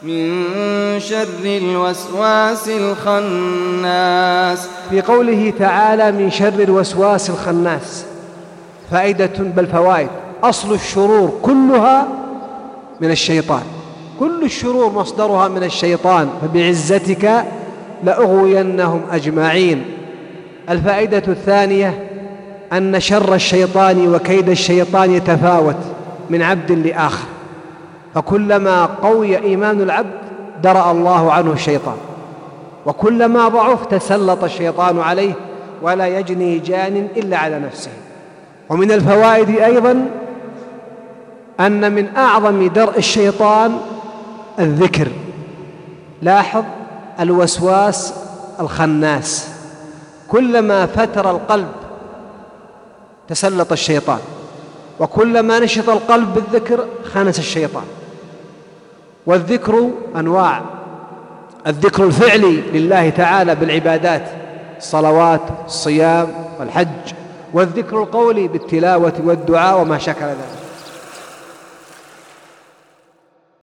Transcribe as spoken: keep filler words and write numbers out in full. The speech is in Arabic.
من شر الوسواس الخناس. في قوله تعالى من شر الوسواس الخناس فائدة بل فوائد. أصل الشرور كلها من الشيطان، كل الشرور مصدرها من الشيطان، فبعزتك لأغوينهم أجمعين. الفائدة الثانية أن شر الشيطان وكيد الشيطان يتفاوت من عبد لآخر، فكلما قوي إيمان العبد درأ الله عنه الشيطان، وكلما ضعف تسلط الشيطان عليه ولا يجني جان إلا على نفسه. ومن الفوائد أيضا أن من أعظم درء الشيطان الذكر. لاحظ الوسواس الخناس كلما فتر القلب تسلط الشيطان، وكلما نشط القلب بالذكر خنس الشيطان. والذكر أنواع: الذكر الفعلي لله تعالى بالعبادات الصلوات الصيام والحج، والذكر القولي بالتلاوة والدعاء وما شكل ذلك.